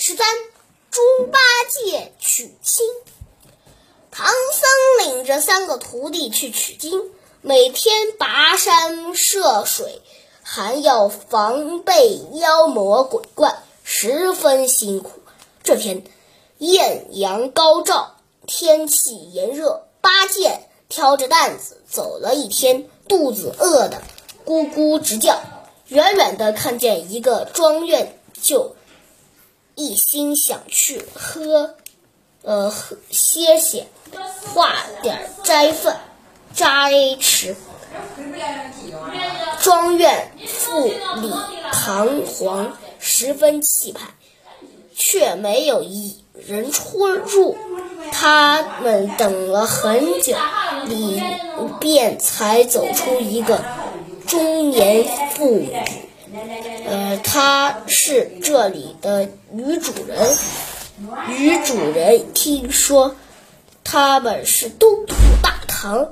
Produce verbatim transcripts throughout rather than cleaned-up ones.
十三，猪八戒取经。唐僧领着三个徒弟去取经，每天跋山涉水，还要防备妖魔鬼怪，十分辛苦。这天艳阳高照，天气炎热，八戒挑着担子走了一天，肚子饿得咕咕直叫。远远地看见一个庄院，就一心想去喝呃喝歇歇，化点斋饭斋吃。庄院富丽堂皇，十分气派，却没有一人出入。他们等了很久，里便才走出一个中年妇女，呃，她是这里的女主人。女主人听说他们是东土大唐，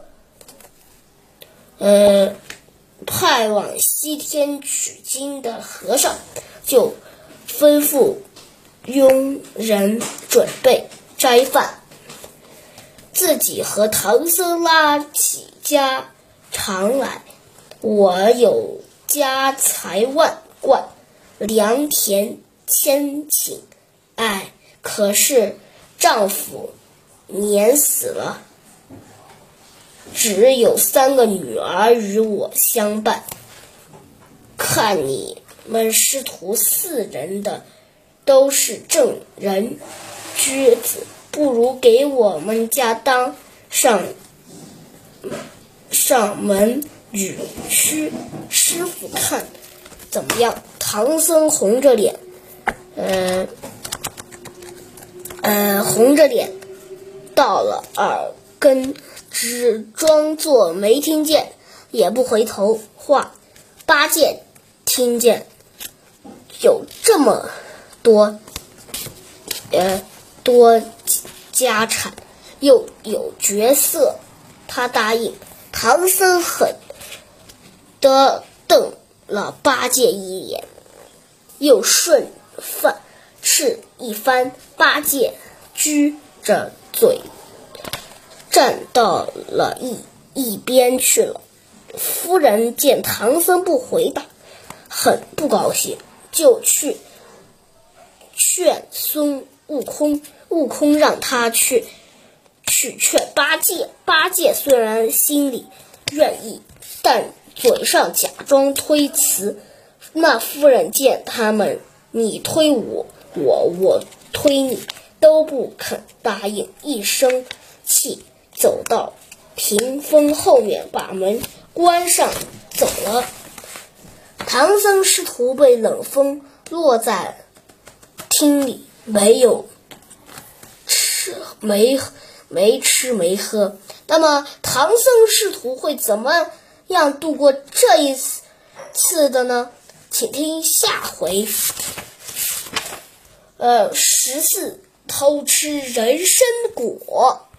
呃，派往西天取经的和尚，就吩咐佣人准备斋饭，自己和唐僧拉起家常来。我有家财万贯，良田千顷，哎，可是丈夫年死了，只有三个女儿与我相伴。看你们师徒四人的都是正人君子，不如给我们家当上上门女婿，师傅看怎么样？唐僧红着脸，呃呃，红着脸到了耳根，只装作没听见，也不回头话。八戒听见有这么多呃多家产，又有角色，他答应。唐僧狠地瞪了八戒一眼，又顺饭吃一番。八戒撅着嘴站到了一一边去了。夫人见唐僧不回答，很不高兴，就去劝孙悟空。悟空让他去去劝八戒。八戒虽然心里愿意，但嘴上假装推辞。那夫人见他们你推我，我我推你，都不肯答应，一生气走到屏风后面，把门关上走了。唐僧师徒被冷风落在厅里，没有吃没没吃没喝。那么唐僧师徒会怎么样度过这一次的呢？请听下回。呃，十四偷吃人参果。